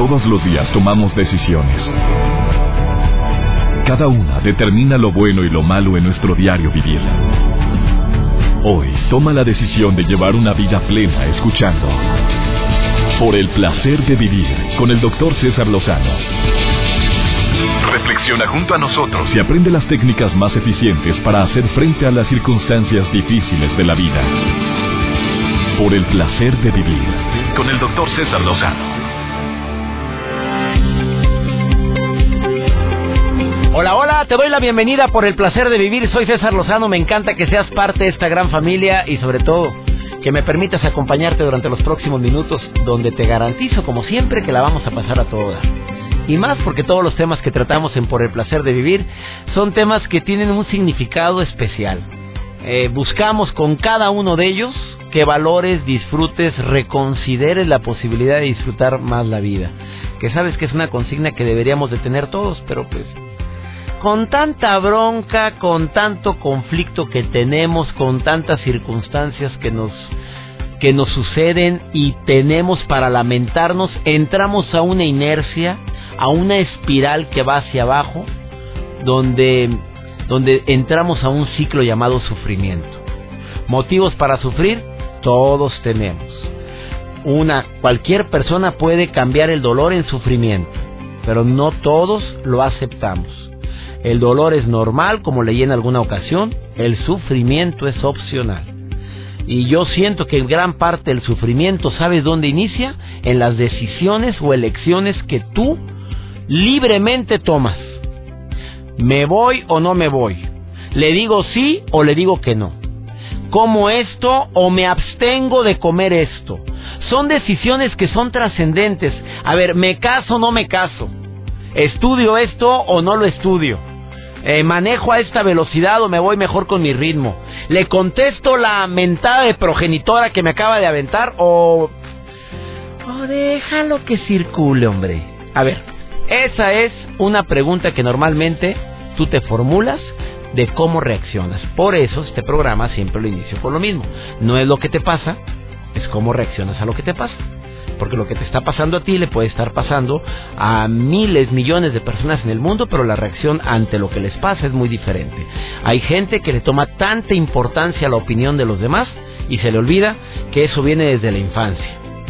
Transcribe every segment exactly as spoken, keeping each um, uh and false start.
Todos los días tomamos decisiones. Cada una determina lo bueno y lo malo en nuestro diario vivir. Hoy toma la decisión de llevar una vida plena escuchando Por el placer de vivir con el doctor César Lozano. Reflexiona junto a nosotros y aprende las técnicas más eficientes para hacer frente a las circunstancias difíciles de la vida. Por el placer de vivir con el doctor César Lozano. Hola, hola, te doy la bienvenida por el placer de vivir. Soy César Lozano, me encanta que seas parte de esta gran familia y sobre todo que me permitas acompañarte durante los próximos minutos, donde te garantizo, como siempre, que la vamos a pasar a todo dar. Y más porque todos los temas que tratamos en Por el placer de vivir son temas que tienen un significado especial. Eh, buscamos con cada uno de ellos que valores, disfrutes, reconsideres la posibilidad de disfrutar más la vida. Que sabes que es una consigna que deberíamos de tener todos, pero pues con tanta bronca, con tanto conflicto que tenemos, con tantas circunstancias que nos que nos suceden y tenemos para lamentarnos, entramos a una inercia, a una espiral que va hacia abajo, donde donde entramos a un ciclo llamado sufrimiento. Motivos para sufrir, todos tenemos. Una cualquier persona puede cambiar el dolor en sufrimiento, pero no todos lo aceptamos. El dolor es normal, como leí en alguna ocasión, el sufrimiento es opcional. Y yo siento que gran parte del sufrimiento, ¿sabes dónde inicia? En las decisiones o elecciones que tú libremente tomas. ¿Me voy o no me voy? ¿Le digo sí o le digo que no? ¿Como esto o me abstengo de comer esto? Son decisiones que son trascendentes. A ver, ¿me caso o no me caso? ¿Estudio esto o no lo estudio? Eh, ¿Manejo a esta velocidad o me voy mejor con mi ritmo? ¿Le contesto la mentada de progenitora que me acaba de aventar o... o déjalo que circule, hombre? A ver, esa es una pregunta que normalmente tú te formulas de cómo reaccionas. Por eso este programa siempre lo inicio con lo mismo. No es lo que te pasa, es cómo reaccionas a lo que te pasa. Porque lo que te está pasando a ti le puede estar pasando a miles, millones de personas en el mundo, pero la reacción ante lo que les pasa es muy diferente. Hay gente que le toma tanta importancia a la opinión de los demás y se le olvida que eso viene desde la infancia.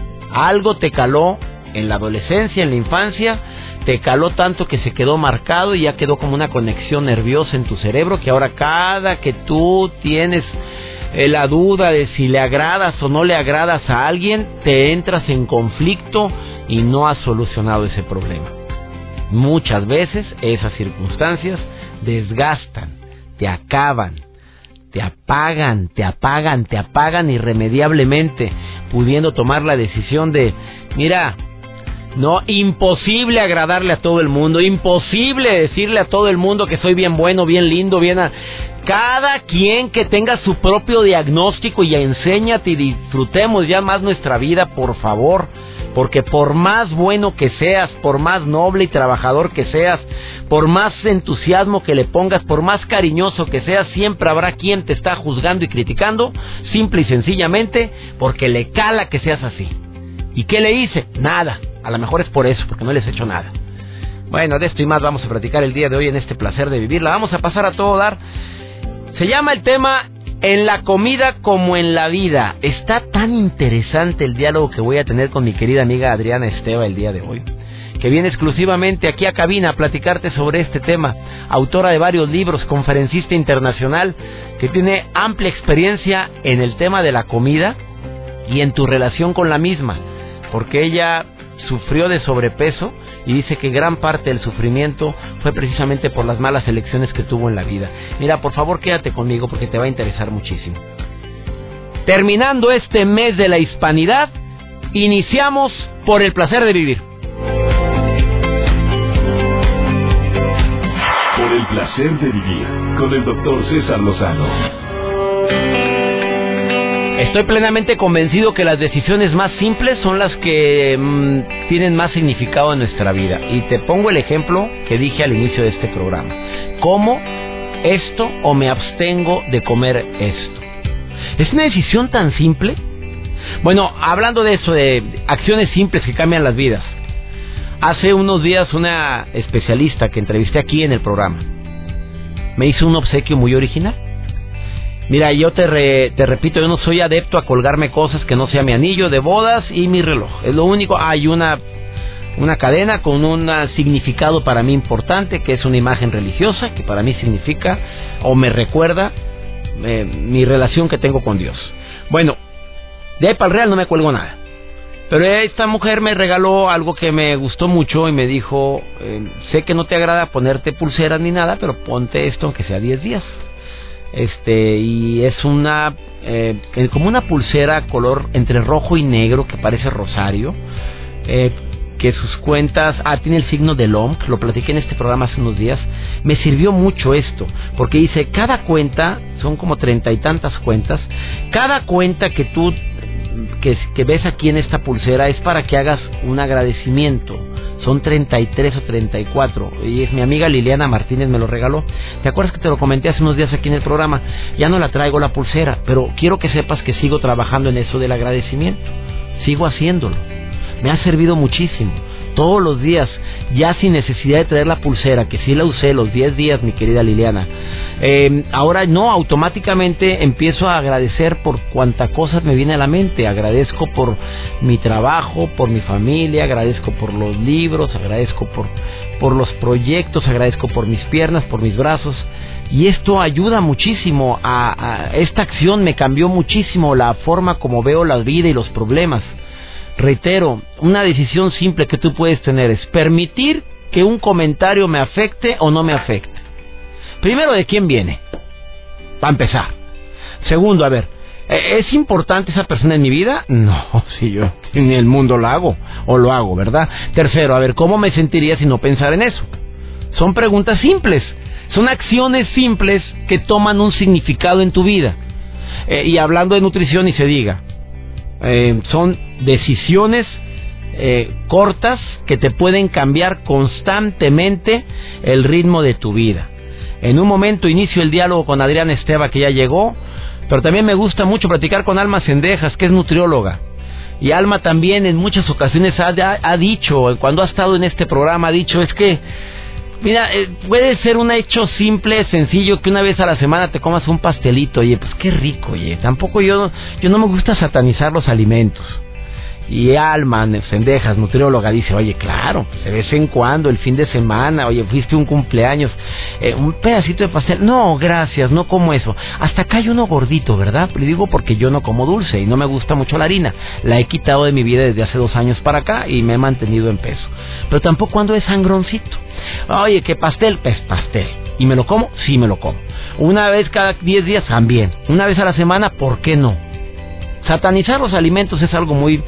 Algo te caló en la adolescencia, en la infancia, te caló tanto que se quedó marcado y ya quedó como una conexión nerviosa en tu cerebro, que ahora cada que tú tienes la duda de si le agradas o no le agradas a alguien, te entras en conflicto y no has solucionado ese problema. Muchas veces esas circunstancias desgastan, te acaban, te apagan, te apagan, te apagan irremediablemente, pudiendo tomar la decisión de, mira, no, imposible agradarle a todo el mundo, imposible decirle a todo el mundo que soy bien bueno, bien lindo, bien... A... Cada quien que tenga su propio diagnóstico y enséñate y disfrutemos ya más nuestra vida, por favor. Porque por más bueno que seas, por más noble y trabajador que seas, por más entusiasmo que le pongas, por más cariñoso que seas, siempre habrá quien te está juzgando y criticando, simple y sencillamente porque le cala que seas así. ¿Y qué le hice? Nada. A lo mejor es por eso, porque no les he hecho nada. Bueno, de esto y más vamos a platicar el día de hoy en este placer de vivir. La vamos a pasar a todo dar. Se llama el tema En la comida como en la vida. Está tan interesante el diálogo que voy a tener con mi querida amiga Adriana Esteva el día de hoy, que viene exclusivamente aquí a cabina a platicarte sobre este tema. Autora de varios libros, conferencista internacional, que tiene amplia experiencia en el tema de la comida y en tu relación con la misma, porque ella sufrió de sobrepeso y dice que gran parte del sufrimiento fue precisamente por las malas elecciones que tuvo en la vida. Mira, por favor, quédate conmigo porque te va a interesar muchísimo. Terminando este mes de la hispanidad, iniciamos Por el placer de vivir. Por el placer de vivir con el doctor César Lozano. Estoy plenamente convencido que las decisiones más simples son las que mmm, tienen más significado en nuestra vida. Y te pongo el ejemplo que dije al inicio de este programa. ¿Como esto o me abstengo de comer esto? ¿Es una decisión tan simple? Bueno, hablando de eso, de acciones simples que cambian las vidas. Hace unos días una especialista que entrevisté aquí en el programa me hizo un obsequio muy original. Mira, yo te, re, te repito, yo no soy adepto a colgarme cosas que no sea mi anillo de bodas y mi reloj. Es lo único. Hay una, una cadena con un significado para mí importante, que es una imagen religiosa, que para mí significa o me recuerda eh, mi relación que tengo con Dios. Bueno, de ahí para el real no me cuelgo nada. Pero esta mujer me regaló algo que me gustó mucho y me dijo, eh, sé que no te agrada ponerte pulseras ni nada, pero ponte esto aunque sea diez días. Este, y es una, eh, como una pulsera color entre rojo y negro que parece rosario, eh, que sus cuentas, ah, tiene el signo del O M C, lo platiqué en este programa hace unos días. Me sirvió mucho esto, porque dice, cada cuenta, son como treinta y tantas cuentas, cada cuenta que tú que, que ves aquí en esta pulsera es para que hagas un agradecimiento. Son treinta y tres o treinta y cuatro, y es mi amiga Liliana Martínez me lo regaló. ¿Te acuerdas que te lo comenté hace unos días aquí en el programa? Ya no la traigo la pulsera, pero quiero que sepas que sigo trabajando en eso del agradecimiento. Sigo haciéndolo. Me ha servido muchísimo. Todos los días, ya sin necesidad de traer la pulsera, que sí la usé los diez días, mi querida Liliana. Eh, ahora no, automáticamente empiezo a agradecer por cuanta cosa me viene a la mente. Agradezco por mi trabajo, por mi familia, agradezco por los libros, agradezco por, por los proyectos, agradezco por mis piernas, por mis brazos. Y esto ayuda muchísimo, a, a esta acción me cambió muchísimo la forma como veo la vida y los problemas. Reitero, una decisión simple que tú puedes tener es permitir que un comentario me afecte o no me afecte. Primero, ¿de quién viene? Para empezar. Segundo, a ver, ¿es importante esa persona en mi vida? No, si yo en el mundo lo hago, o lo hago, ¿verdad? Tercero, a ver, ¿cómo me sentiría si no pensara en eso? Son preguntas simples, son acciones simples que toman un significado en tu vida. Eh, y hablando de nutrición, y se diga, eh, son decisiones eh, cortas que te pueden cambiar constantemente el ritmo de tu vida. En un momento inicio el diálogo con Adriana Esteva, que ya llegó, pero también me gusta mucho platicar con Alma Cendejas, que es nutrióloga. Y Alma también en muchas ocasiones ha, ha, ha dicho, cuando ha estado en este programa, ha dicho, es que, mira, eh, puede ser un hecho simple, sencillo, que una vez a la semana te comas un pastelito. Oye, pues qué rico, oye. Tampoco yo, yo no me gusta satanizar los alimentos. Y Alma Cendejas, nutrióloga, dice, oye, claro, pues de vez en cuando, el fin de semana, oye, fuiste un cumpleaños, eh, un pedacito de pastel, no, gracias, no como eso. Hasta acá hay uno gordito, ¿verdad? Le digo porque yo no como dulce y no me gusta mucho la harina. La he quitado de mi vida desde hace dos años para acá y me he mantenido en peso. Pero tampoco ando de sangroncito. Oye, ¿qué pastel? Pues pastel. ¿Y me lo como? Sí, me lo como. Una vez cada diez días, también. Una vez a la semana, ¿por qué no? Satanizar los alimentos es algo muy,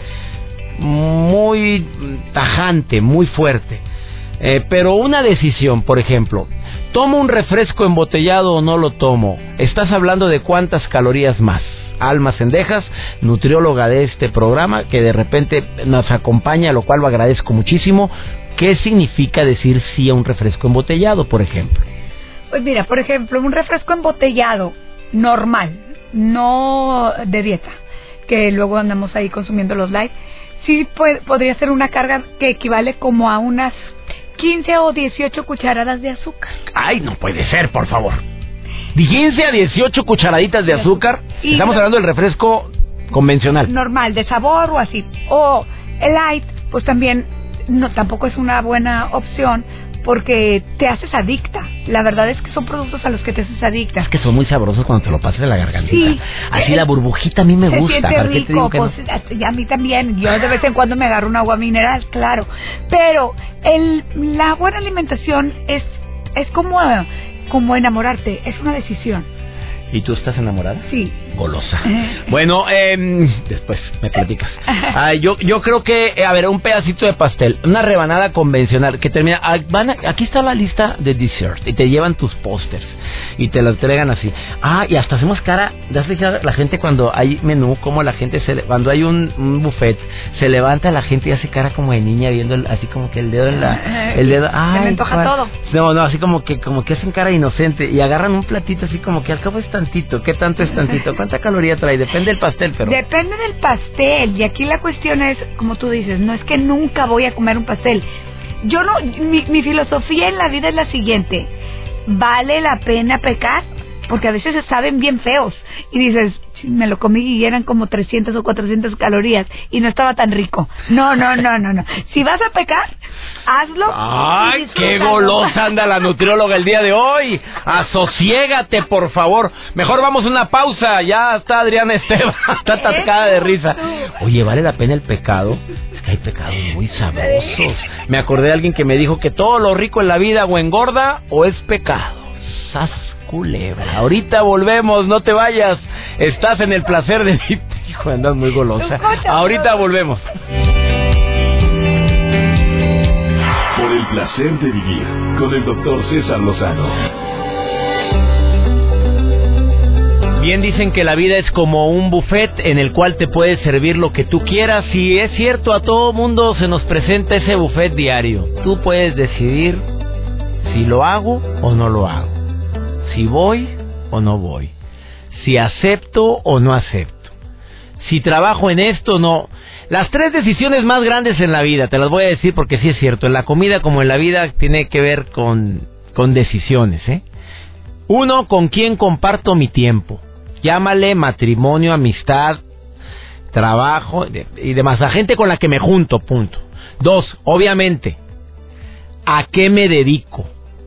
muy tajante, muy fuerte. Eh, pero una decisión, por ejemplo, ¿tomo un refresco embotellado o no lo tomo? Estás hablando de cuántas calorías más. Alma Cendejas, nutrióloga de este programa, que de repente nos acompaña, lo cual lo agradezco muchísimo. ¿Qué significa decir sí a un refresco embotellado, por ejemplo? Pues mira, por ejemplo, un refresco embotellado normal, no de dieta, que luego andamos ahí consumiendo los light, sí puede, podría ser una carga que equivale como a unas quince o dieciocho cucharadas de azúcar. Ay, no puede ser, por favor. quince a dieciocho cucharaditas de azúcar. Y estamos hablando del refresco convencional. Normal, de sabor o así. O el light, pues también no, tampoco es una buena opción, porque te haces adicta. La verdad es que son productos a los que te haces adicta. Es que son muy sabrosos cuando te lo pasas en la gargantita. Sí. Así la burbujita a mí me se gusta. Siente rico, te digo que pues, no? Y a mí también. Yo de vez en cuando me agarro un agua mineral, claro. Pero el, la buena alimentación es, es como, como enamorarte. Es una decisión. ¿Y tú estás enamorada? Sí. Golosa. Bueno, eh, después me platicas. Ah, yo yo creo que, eh, a ver, un pedacito de pastel, una rebanada convencional que termina. Ah, van a, aquí está la lista de dessert y te llevan tus pósters y te lo entregan así. Ah, y hasta hacemos cara. ¿Das fijado la gente cuando hay menú? Como la gente se, cuando hay un, un buffet, se levanta la gente y hace cara como de niña viendo el, así como que el dedo en la, el dedo. Ay, se me antoja todo. No, no, así como que como que hacen cara inocente y agarran un platito así como que al cabo es tantito. ¿Qué tanto es tantito? ¿Cuánta caloría trae? Depende del pastel, pero... Depende del pastel. Y aquí la cuestión es, como tú dices, no es que nunca voy a comer un pastel. Yo no, mi, mi filosofía en la vida es la siguiente: ¿vale la pena pecar? Porque a veces se saben bien feos y dices, me lo comí y eran como trescientas o cuatrocientas calorías y no estaba tan rico. No, no, no, no, no. Si vas a pecar, hazlo. ¡Ay, qué golosa anda la nutrióloga el día de hoy! Asosiégate, por favor. Mejor vamos a una pausa. Ya está Adriana Esteban, está atascada de risa. Oye, ¿vale la pena el pecado? Es que hay pecados muy sabrosos. Me acordé de alguien que me dijo que todo lo rico en la vida o engorda o es pecado. ¡Sas! Culebra. Ahorita volvemos, no te vayas. Estás en el placer de vivir. Hijo, andas muy golosa. Ahorita volvemos. Por el placer de vivir con el doctor César Lozano. Bien dicen que la vida es como un buffet en el cual te puedes servir lo que tú quieras. Y es cierto, a todo mundo se nos presenta ese buffet diario. Tú puedes decidir si lo hago o no lo hago, si voy o no voy, si acepto o no acepto, si trabajo en esto o no. Las tres decisiones más grandes en la vida, te las voy a decir porque sí es cierto, en la comida como en la vida tiene que ver con, con decisiones, ¿eh? Uno, con quién comparto mi tiempo. Llámale matrimonio, amistad, trabajo y demás, la gente con la que me junto, punto. Dos, obviamente, ¿a qué me dedico?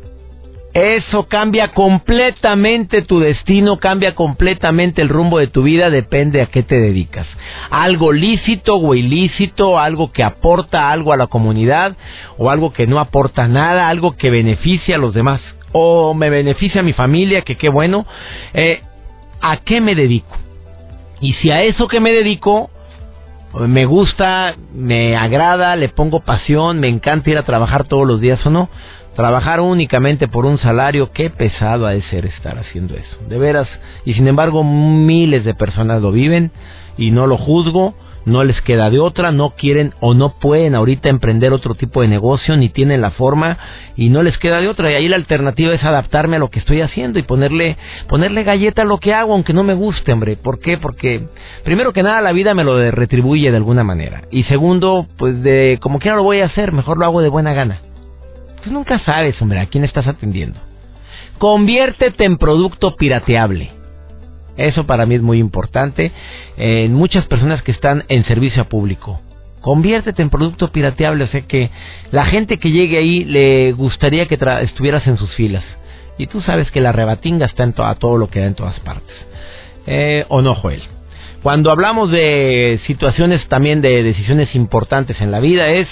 Eso cambia completamente tu destino, cambia completamente el rumbo de tu vida, depende a qué te dedicas. Algo lícito o ilícito, algo que aporta algo a la comunidad o algo que no aporta nada, algo que beneficia a los demás o me beneficia a mi familia, que qué bueno. Eh, ¿A qué me dedico? Y si a eso que me dedico me gusta, me agrada, le pongo pasión, me encanta ir a trabajar todos los días o no. Trabajar únicamente por un salario, qué pesado ha de ser estar haciendo eso, de veras. Y sin embargo miles de personas lo viven y no lo juzgo, no les queda de otra, no quieren o no pueden ahorita emprender otro tipo de negocio, ni tienen la forma y no les queda de otra. Y ahí la alternativa es adaptarme a lo que estoy haciendo y ponerle ponerle galleta a lo que hago, aunque no me guste, hombre. ¿Por qué? Porque primero que nada la vida me lo retribuye de alguna manera. Y segundo, pues de como quiera lo voy a hacer, mejor lo hago de buena gana. Pues nunca sabes, hombre, a quién estás atendiendo. Conviértete en producto pirateable. Eso para mí es muy importante. Eh, en muchas personas que están en servicio a público. Conviértete en producto pirateable. O sea que la gente que llegue ahí le gustaría que tra- estuvieras en sus filas. Y tú sabes que la rebatinga está en to- a todo lo que da en todas partes. Eh, ¿O no, Joel? Cuando hablamos de situaciones también de decisiones importantes en la vida es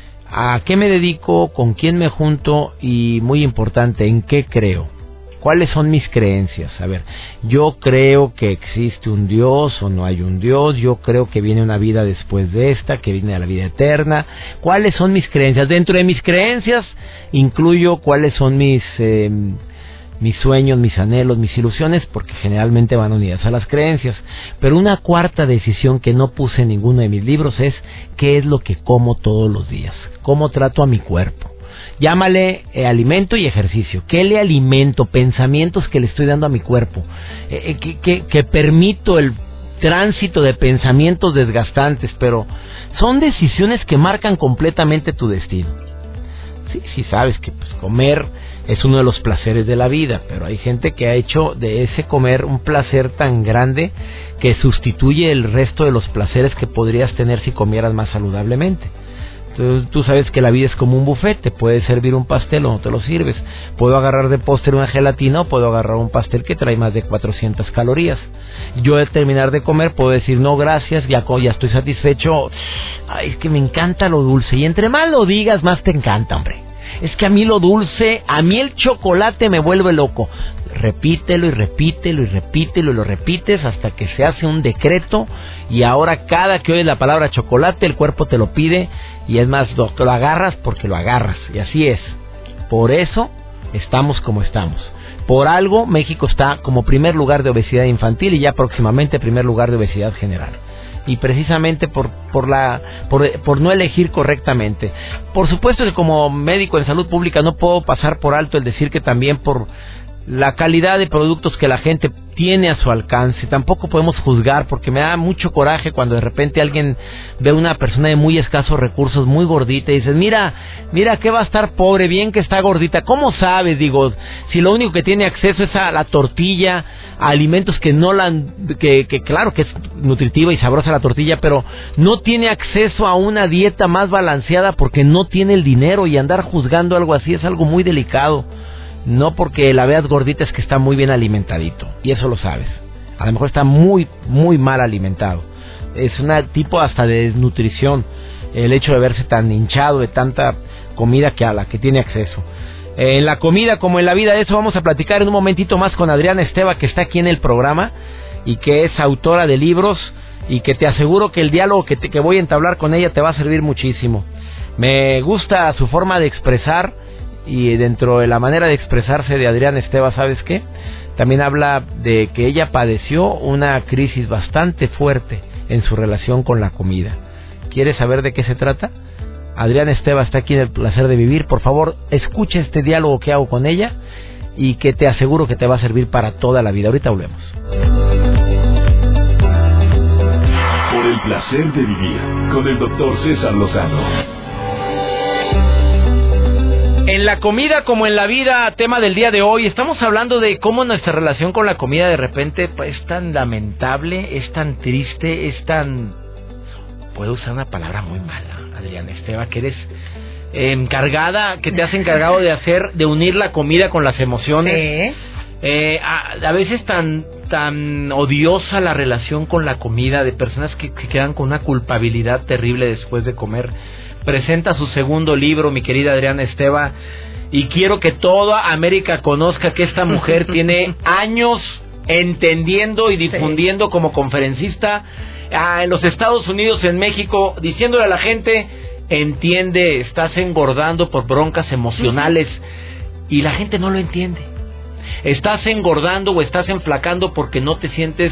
¿a qué me dedico? ¿Con quién me junto? Y muy importante, ¿en qué creo? ¿Cuáles son mis creencias? A ver, yo creo que existe un Dios o no hay un Dios. Yo creo que viene una vida después de esta, que viene a la vida eterna. ¿Cuáles son mis creencias? Dentro de mis creencias incluyo cuáles son mis eh, mis sueños, mis anhelos, mis ilusiones, porque generalmente van unidas a las creencias. Pero una cuarta decisión que no puse en ninguno de mis libros es qué es lo que como todos los días, cómo trato a mi cuerpo. Llámale eh, alimento y ejercicio. ¿Qué le alimento? Pensamientos que le estoy dando a mi cuerpo. Eh, eh, que, que, que permito el tránsito de pensamientos desgastantes, pero son decisiones que marcan completamente tu destino. Sí, sí sabes que pues, comer es uno de los placeres de la vida, pero hay gente que ha hecho de ese comer un placer tan grande que sustituye el resto de los placeres que podrías tener si comieras más saludablemente. Entonces, tú sabes que la vida es como un buffet, te puedes servir un pastel o no te lo sirves. Puedo agarrar de postre una gelatina o puedo agarrar un pastel que trae más de cuatrocientas calorías. Yo al terminar de comer puedo decir no gracias, ya, ya estoy satisfecho. Ay, es que me encanta lo dulce. Y entre más lo digas, más te encanta, hombre. Es que a mí lo dulce, a mí el chocolate me vuelve loco. Repítelo y repítelo y repítelo y lo repites hasta que se hace un decreto. Y ahora cada que oyes la palabra chocolate, el cuerpo te lo pide. Y es más, lo, lo agarras porque lo agarras. Y así es. Por eso estamos como estamos. Por algo México está como primer lugar de obesidad infantil y ya próximamente primer lugar de obesidad general. Y precisamente por por la por, por no elegir correctamente. Por supuesto que como médico en salud pública no puedo pasar por alto el decir que también por la calidad de productos que la gente tiene a su alcance. Tampoco podemos juzgar, porque me da mucho coraje cuando de repente alguien ve a una persona de muy escasos recursos, muy gordita, y dices, mira, mira que va a estar pobre, bien que está gordita. ¿Cómo sabes? Digo, si lo único que tiene acceso es a la tortilla, a alimentos que no la... que, que claro que es nutritiva y sabrosa la tortilla, pero no tiene acceso a una dieta más balanceada porque no tiene el dinero, y andar juzgando algo así es algo muy delicado. No porque la veas gordita es que está muy bien alimentadito, y eso lo sabes. A lo mejor está muy, muy mal alimentado. Es un tipo hasta de desnutrición el hecho de verse tan hinchado de tanta comida que a la que tiene acceso. En la comida como en la vida, de eso vamos a platicar en un momentito más con Adriana Esteva, que está aquí en el programa y que es autora de libros, y que te aseguro que el diálogo que, te, que voy a entablar con ella te va a servir muchísimo. Me gusta su forma de expresar, y dentro de la manera de expresarse de Adriana Esteva, ¿sabes qué? También habla de que ella padeció una crisis bastante fuerte en su relación con la comida. ¿Quieres saber de qué se trata? Adriana Esteva está aquí en El Placer de Vivir. Por favor, escucha este diálogo que hago con ella, y que te aseguro que te va a servir para toda la vida. Ahorita volvemos. Por el placer de vivir, con el doctor César Lozano. En la comida como en la vida, tema del día de hoy, estamos hablando de cómo nuestra relación con la comida de repente pues, es tan lamentable, es tan triste, es tan... Puedo usar una palabra muy mala, Adriana Esteva, que eres eh, encargada, que te has encargado de hacer, de unir la comida con las emociones. Sí. Eh, a, a veces tan tan odiosa la relación con la comida, de personas que, que quedan con una culpabilidad terrible después de comer. Presenta su segundo libro, mi querida Adriana Esteva, y quiero que toda América conozca que esta mujer tiene años entendiendo y difundiendo, sí, como conferencista ah, en los Estados Unidos, en México, diciéndole a la gente, entiende, estás engordando por broncas emocionales, y la gente no lo entiende. Estás engordando o estás enflacando porque no te sientes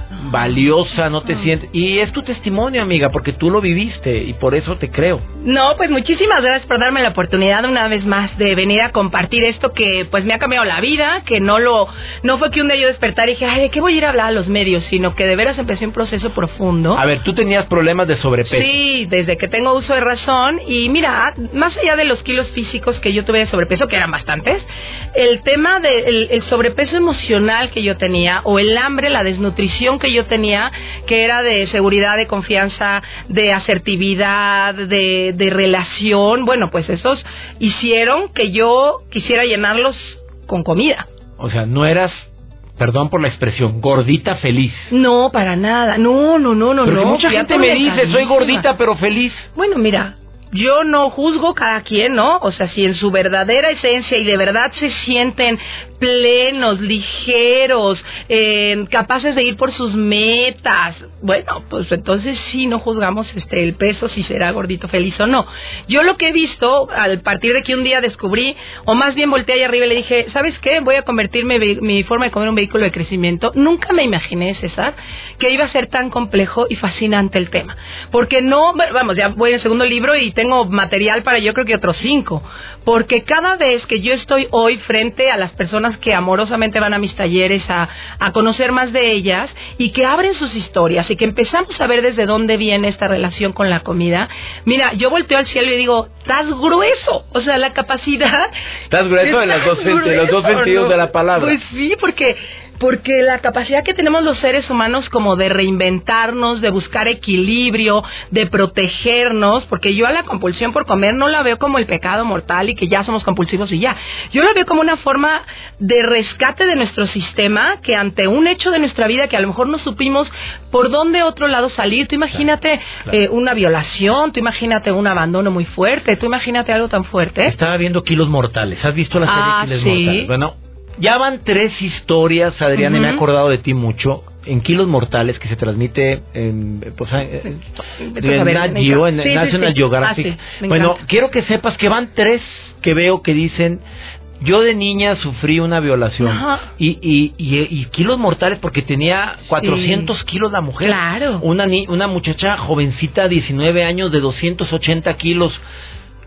valiosa, no te sientes... Y es tu testimonio, amiga, porque tú lo viviste, y por eso te creo. No, pues muchísimas gracias por darme la oportunidad una vez más de venir a compartir esto que pues me ha cambiado la vida, que no lo no fue que un día yo despertara y dije, ay, ¿de qué voy a ir a hablar a los medios? Sino que de veras empecé un proceso profundo. A ver, tú tenías problemas de sobrepeso. Sí, desde que tengo uso de razón, y mira, más allá de los kilos físicos que yo tuve de sobrepeso, que eran bastantes, el tema del de el sobrepeso emocional que yo tenía, o el hambre, la desnutrición que yo tenía, que era de seguridad, de confianza, de asertividad, de, de relación, bueno, pues esos hicieron que yo quisiera llenarlos con comida. O sea, no eras, perdón por la expresión, gordita feliz. No, para nada, no, no, no, no, Porque no. mucha gente me dice, soy gordita pero feliz. Bueno, mira, yo no juzgo cada quien, ¿no? O sea, si en su verdadera esencia y de verdad se sienten plenos, ligeros, eh, capaces de ir por sus metas, bueno, pues entonces sí, no juzgamos este el peso, si será gordito feliz o no. Yo lo que he visto, al partir de que un día descubrí, o más bien volteé allá arriba y le dije, ¿sabes qué? Voy a convertirme mi forma de comer en un vehículo de crecimiento. Nunca me imaginé, César, que iba a ser tan complejo y fascinante el tema. Porque no, vamos, ya voy en el segundo libro y tengo material para yo creo que otros cinco. Porque cada vez que yo estoy hoy frente a las personas que amorosamente van a mis talleres a, a conocer más de ellas, y que abren sus historias y que empezamos a ver desde dónde viene esta relación con la comida, mira, yo volteo al cielo y digo, estás grueso, o sea, la capacidad... Estás grueso en los dos, grueso, en los dos sentidos, ¿no?, de la palabra. Pues sí, porque... Porque la capacidad que tenemos los seres humanos como de reinventarnos, de buscar equilibrio, de protegernos, porque yo a la compulsión por comer no la veo como el pecado mortal y que ya somos compulsivos y ya. Yo la veo como una forma de rescate de nuestro sistema, que ante un hecho de nuestra vida que a lo mejor no supimos por dónde otro lado salir, tú imagínate claro, claro. Eh, una violación, tú imagínate un abandono muy fuerte, tú imagínate algo tan fuerte. Estaba viendo Kilos Mortales, ¿has visto la serie ah, Kilos sí. Mortales? Bueno, ya van tres historias, Adriana, uh-huh. y me he acordado de ti mucho, en Kilos Mortales, que se transmite en, pues, en, en, en Nat Geo, en sí, National sí, sí. Geographic. Ah, sí, bueno, encanta. Quiero que sepas que van tres que veo que dicen, yo de niña sufrí una violación. Y, y, y, y Kilos Mortales porque tenía cuatrocientos sí. kilos la mujer. Claro. Una, una muchacha jovencita, diecinueve años, de doscientos ochenta kilos.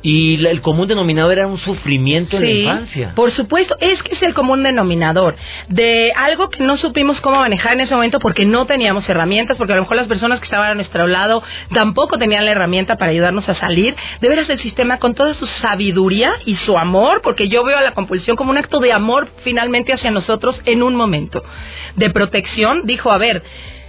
Y la, el común denominador era un sufrimiento en Sí, la infancia. Por supuesto, es que es el común denominador de algo que no supimos cómo manejar en ese momento porque no teníamos herramientas, porque a lo mejor las personas que estaban a nuestro lado tampoco tenían la herramienta para ayudarnos a salir. De veras, el sistema con toda su sabiduría y su amor, porque yo veo a la compulsión como un acto de amor finalmente hacia nosotros en un momento de protección, dijo, a ver,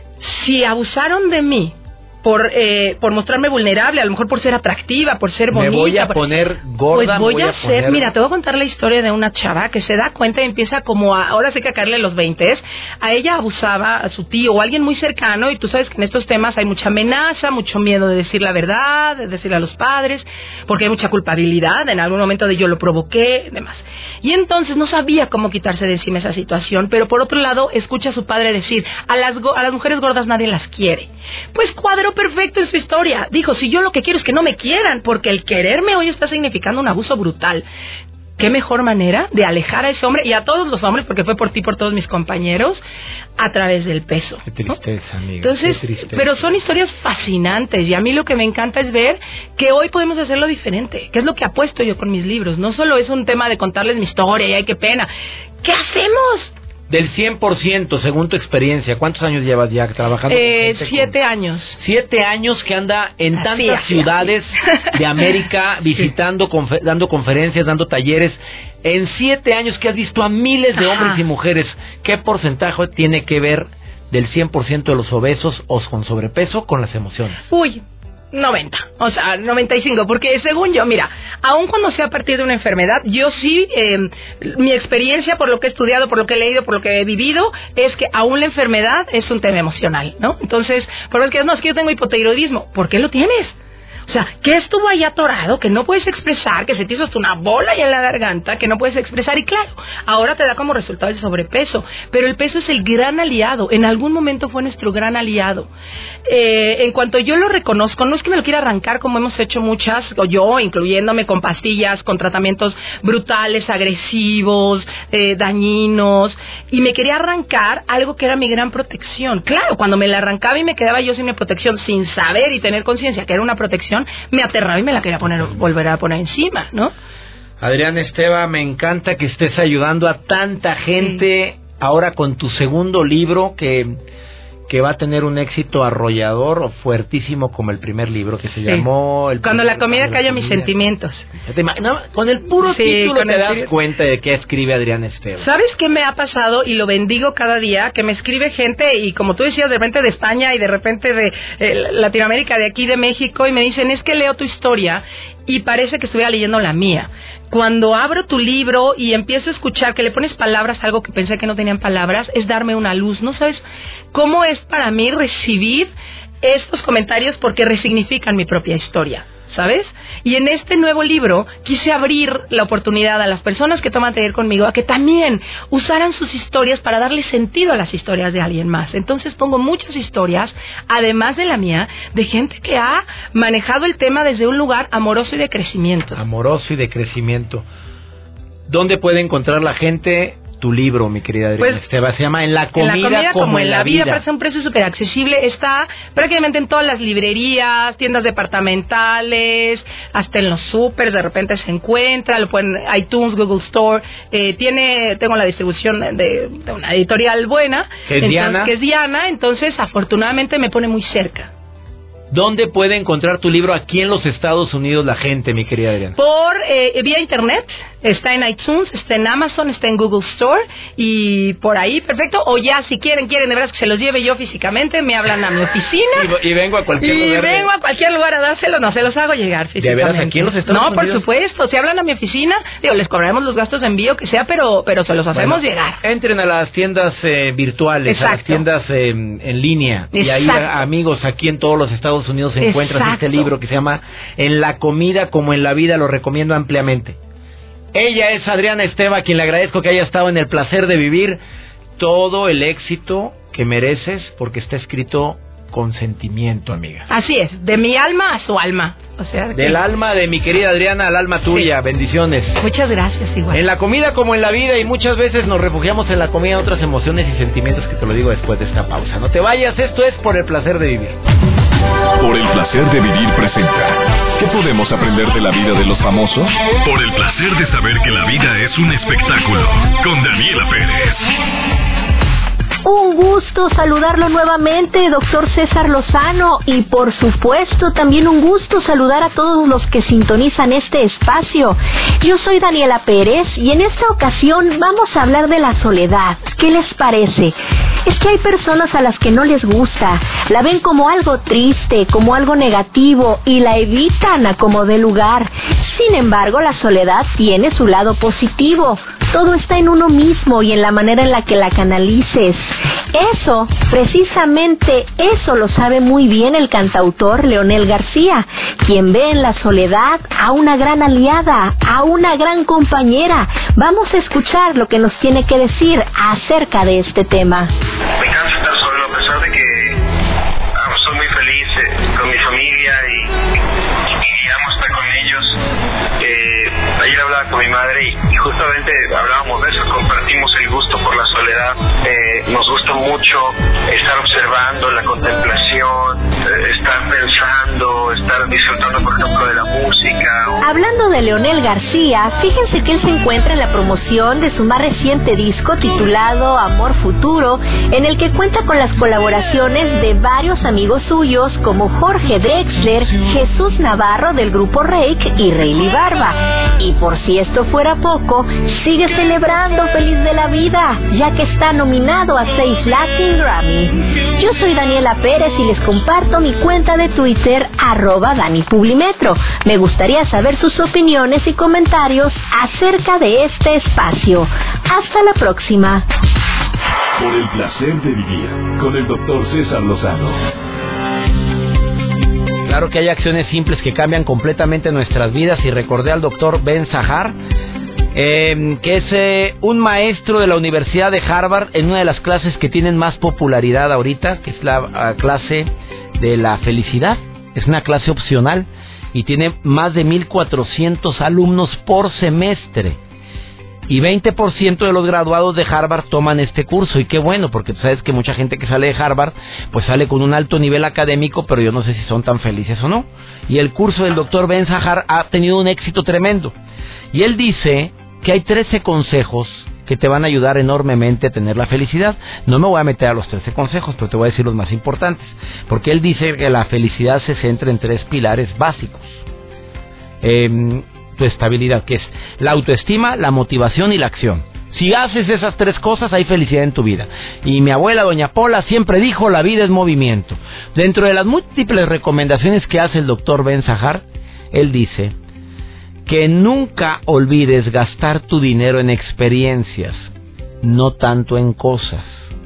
si abusaron de mí por eh, por mostrarme vulnerable, a lo mejor por ser atractiva, por ser bonita. Me voy a por... poner gorda. Pues voy, voy a, a ser, poner... mira, te voy a contar la historia de una chava que se da cuenta y empieza como a, ahora sí que a caerle los veintes, a ella abusaba a su tío o alguien muy cercano, y tú sabes que en estos temas hay mucha amenaza, mucho miedo de decir la verdad, de decirle a los padres, porque hay mucha culpabilidad en algún momento de yo lo provoqué, demás. Y entonces no sabía cómo quitarse de encima esa situación, pero por otro lado escucha a su padre decir, a las, go- a las mujeres gordas nadie las quiere. Pues cuadro perfecto en su historia. Dijo, si yo lo que quiero es que no me quieran, porque el quererme hoy está significando un abuso brutal. ¿Qué mejor manera de alejar a ese hombre y a todos los hombres, porque fue por ti, por todos mis compañeros, a través del peso? Qué tristeza, ¿no? amiga. Entonces, qué tristeza. pero son historias fascinantes y a mí lo que me encanta es ver que hoy podemos hacerlo diferente, que es lo que apuesto yo con mis libros. No solo es un tema de contarles mi historia y ay, qué pena. ¿Qué hacemos? Del cien por ciento, según tu experiencia, ¿cuántos años llevas ya trabajando? Eh, con siete con... años. Siete años que anda en Así, tantas así, ciudades así. de América, visitando, confer- dando conferencias, dando talleres. En siete años que has visto a miles de hombres Ajá. y mujeres, ¿qué porcentaje tiene que ver del cien por ciento de los obesos o con sobrepeso con las emociones? Uy, noventa, o sea, noventa y cinco, porque según yo, mira, aun cuando sea a partir de una enfermedad, yo sí, eh, mi experiencia, por lo que he estudiado, por lo que he leído, por lo que he vivido, es que aún la enfermedad es un tema emocional, ¿no? Entonces, por lo que no, es que yo tengo hipotiroidismo, ¿por qué lo tienes? O sea, ¿qué estuvo ahí atorado que no puedes expresar, que se te hizo hasta una bola ahí en la garganta, que no puedes expresar? Y claro, ahora te da como resultado el sobrepeso, pero el peso es el gran aliado, en algún momento fue nuestro gran aliado. Eh, en cuanto yo lo reconozco, no es que me lo quiera arrancar como hemos hecho muchas, o yo, incluyéndome con pastillas, con tratamientos brutales, agresivos, eh, dañinos, y me quería arrancar algo que era mi gran protección. Claro, cuando me la arrancaba y me quedaba yo sin mi protección, sin saber y tener conciencia que era una protección, me aterraba y me la quería poner, volver a poner encima, ¿no? Adriana Esteva, me encanta que estés ayudando a tanta gente, sí. Ahora con tu segundo libro que, que va a tener un éxito arrollador o fuertísimo como el primer libro que se sí. llamó... El Cuando primer, la comida calla la mis comida. sentimientos. No, con el puro sí, título te das título. cuenta de qué escribe Adriana Esteva. ¿Sabes qué me ha pasado? Y lo bendigo cada día, que me escribe gente, y como tú decías, de repente de España y de repente de eh, Latinoamérica, de aquí de México, y me dicen, es que leo tu historia y parece que estuviera leyendo la mía. Cuando abro tu libro y empiezo a escuchar que le pones palabras a algo que pensé que no tenían palabras, es darme una luz. ¿No sabes cómo es para mí recibir estos comentarios? Porque resignifican mi propia historia, ¿sabes? Y en este nuevo libro quise abrir la oportunidad a las personas que toman taller conmigo a que también usaran sus historias para darle sentido a las historias de alguien más. Entonces pongo muchas historias, además de la mía, de gente que ha manejado el tema desde un lugar amoroso y de crecimiento. Amoroso y de crecimiento. ¿Dónde puede encontrar la gente tu libro, mi querida Adriana pues, Esteva? Se llama En la comida, en la comida como, como en en la, la vida. vida. Parece un precio súper accesible. Está prácticamente en todas las librerías, tiendas departamentales, hasta en los súper de repente se encuentra. Lo pueden iTunes, Google Store. Eh, tiene, tengo la distribución de, de una editorial buena, que es entonces, Diana. que es Diana. Entonces, afortunadamente me pone muy cerca. ¿Dónde puede encontrar tu libro aquí en los Estados Unidos la gente, mi querida Adriana? Por eh, vía internet, está en iTunes, está en Amazon, está en Google Store y por ahí, perfecto. O ya si quieren, quieren de veras que se los lleve yo físicamente, me hablan a mi oficina. y, y vengo a cualquier y lugar. Y vengo de... a cualquier lugar a dárselo, no se los hago llegar físicamente. ¿De veras aquí en los Estados no, Unidos? No, por supuesto, si hablan a mi oficina, digo, les cobraremos los gastos de envío que sea, pero pero se los hacemos bueno, llegar. Entren a las tiendas eh, virtuales, Exacto. a las tiendas eh, en línea. Exacto. Y ahí, a, amigos, aquí en todos los Estados Unidos se encuentra este libro que se llama En la comida como en la vida, lo recomiendo ampliamente. Ella es Adriana Esteva, a quien le agradezco que haya estado en el placer de vivir. Todo el éxito que mereces, porque está escrito con sentimiento, amiga. Así es, de mi alma a su alma. O sea, del que... alma de mi querida Adriana al alma tuya. Sí. Bendiciones. Muchas gracias, igual. En la comida como en la vida, y muchas veces nos refugiamos en la comida en otras emociones y sentimientos, que te lo digo después de esta pausa. No te vayas, esto es Por el placer de vivir. Por el placer de vivir presenta ¿Qué podemos aprender de la vida de los famosos? Por el placer de saber que la vida es un espectáculo. Con Daniela Pérez. Un gusto saludarlo nuevamente, doctor César Lozano, y por supuesto también un gusto saludar a todos los que sintonizan este espacio. Yo soy Daniela Pérez y en esta ocasión vamos a hablar de la soledad. ¿Qué les parece? Es que hay personas a las que no les gusta, la ven como algo triste, como algo negativo y la evitan a como dé lugar. Sin embargo, la soledad tiene su lado positivo. Todo está en uno mismo y en la manera en la que la canalices. Eso, precisamente eso lo sabe muy bien el cantautor Leonel García, quien ve en la soledad a una gran aliada, a una gran compañera. Vamos a escuchar lo que nos tiene que decir acerca de este tema. Me cansa estar solo, a pesar de que ah, soy muy feliz eh, con mi familia y, y amo estar con ellos. Eh, ayer hablaba con mi madre y, y justamente hablábamos de eso, compartimos el gusto por la soledad. Eh, nos gusta mucho estar observando la contemplación, eh, estar pensando, estar disfrutando, por ejemplo, de la música. Hablando de Leonel García, fíjense que él se encuentra en la promoción de su más reciente disco titulado Amor Futuro, en el que cuenta con las colaboraciones de varios amigos suyos como Jorge Drexler, Jesús Navarro del grupo Reik y Rayleigh Barba. Y por si esto fuera poco, sigue celebrando feliz de la vida, ya que está nominado a seis Latin Grammy. Yo soy Daniela Pérez y les comparto mi cuenta de Twitter, arroba Dani Publimetro. Me gustaría saber sus opiniones y comentarios acerca de este espacio. Hasta la próxima. Por el placer de vivir con el doctor César Lozano. Claro que hay acciones simples que cambian completamente nuestras vidas y recordé al doctor Ben Sahar, eh, que es eh, un maestro de la Universidad de Harvard en una de las clases que tienen más popularidad ahorita, que es la uh, clase de la felicidad. Es una clase opcional y tiene más de mil cuatrocientos alumnos por semestre. Y veinte por ciento de los graduados de Harvard toman este curso. Y qué bueno, porque tú sabes que mucha gente que sale de Harvard pues sale con un alto nivel académico, pero yo no sé si son tan felices o no. Y el curso del doctor Ben Sahar ha tenido un éxito tremendo. Y él dice que hay trece consejos que te van a ayudar enormemente a tener la felicidad. No me voy a meter a los trece consejos, pero te voy a decir los más importantes. Porque él dice que la felicidad se centra en tres pilares básicos. Eh... tu estabilidad, que es la autoestima, la motivación y la acción. Si haces esas tres cosas, hay felicidad en tu vida. Y mi abuela, doña Pola, siempre dijo, la vida es movimiento. Dentro de las múltiples recomendaciones que hace el doctor Ben Sahar, él dice que nunca olvides gastar tu dinero en experiencias, no tanto en cosas.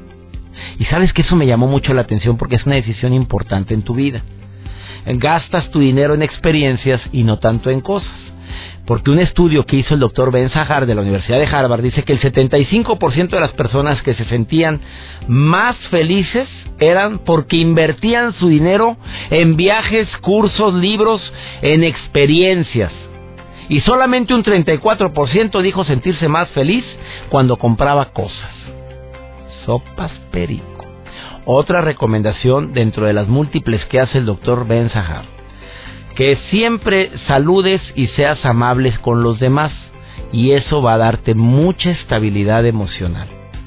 Y sabes que eso me llamó mucho la atención porque es una decisión importante en tu vida. Gastas tu dinero en experiencias y no tanto en cosas. Porque un estudio que hizo el doctor Ben Sahar de la Universidad de Harvard dice que el setenta y cinco por ciento de las personas que se sentían más felices eran porque invertían su dinero en viajes, cursos, libros, en experiencias. Y solamente un treinta y cuatro por ciento dijo sentirse más feliz cuando compraba cosas. Sopas perico. Otra recomendación dentro de las múltiples que hace el doctor Ben Sahar: que siempre saludes y seas amables con los demás, y eso va a darte mucha estabilidad emocional.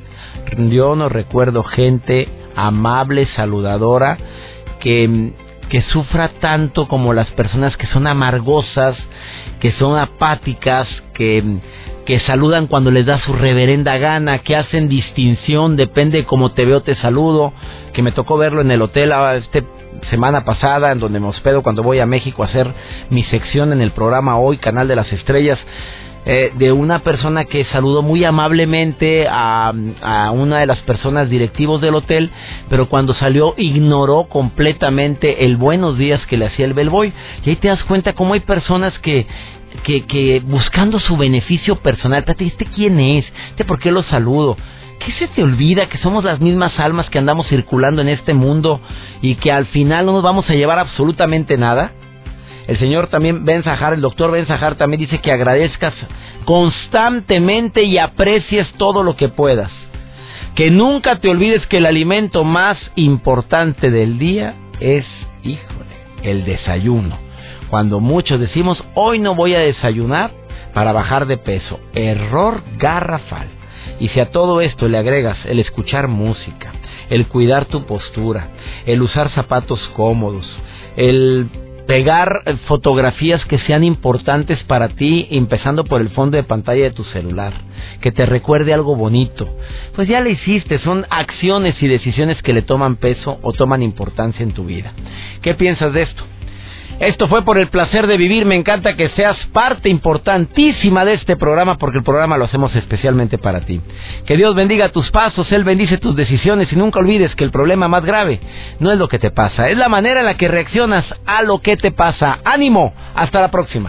Yo no recuerdo gente amable, saludadora, que, que sufra tanto como las personas que son amargosas, que son apáticas, que, que saludan cuando les da su reverenda gana, que hacen distinción, depende de cómo te veo te saludo, que me tocó verlo en el hotel este semana pasada, en donde me hospedo cuando voy a México a hacer mi sección en el programa Hoy, Canal de las Estrellas, eh, de una persona que saludó muy amablemente a, a una de las personas directivos del hotel, pero cuando salió ignoró completamente el buenos días que le hacía el bellboy. Y ahí te das cuenta cómo hay personas que que, que buscando su beneficio personal, espérate, ¿este quién es? ¿Este por qué lo saludo? ¿Qué se te olvida? Que somos las mismas almas que andamos circulando en este mundo y que al final no nos vamos a llevar absolutamente nada. El señor también Ben Sahar, el doctor Ben Sahar también dice que agradezcas constantemente y aprecies todo lo que puedas. Que nunca te olvides que el alimento más importante del día es, híjole, el desayuno. Cuando muchos decimos, hoy no voy a desayunar para bajar de peso. Error garrafal. Y si a todo esto le agregas el escuchar música, el cuidar tu postura, el usar zapatos cómodos, el pegar fotografías que sean importantes para ti, empezando por el fondo de pantalla de tu celular, que te recuerde algo bonito, pues ya lo hiciste. Son acciones y decisiones que le toman peso o toman importancia en tu vida. ¿Qué piensas de esto? Esto fue Por el Placer de Vivir. Me encanta que seas parte importantísima de este programa, porque el programa lo hacemos especialmente para ti. Que Dios bendiga tus pasos, Él bendice tus decisiones, y nunca olvides que el problema más grave no es lo que te pasa, es la manera en la que reaccionas a lo que te pasa. ¡Ánimo! Hasta la próxima.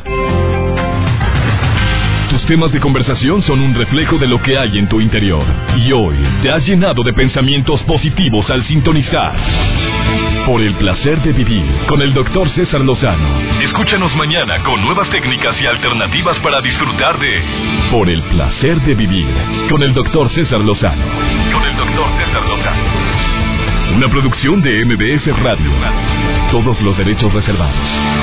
Tus temas de conversación son un reflejo de lo que hay en tu interior. Y hoy te has llenado de pensamientos positivos al sintonizar Por el Placer de Vivir con el doctor César Lozano. Escúchanos mañana con nuevas técnicas y alternativas para disfrutar de Por el Placer de Vivir con el doctor César Lozano. Con el doctor César Lozano. Una producción de M B S Radio. Todos los derechos reservados.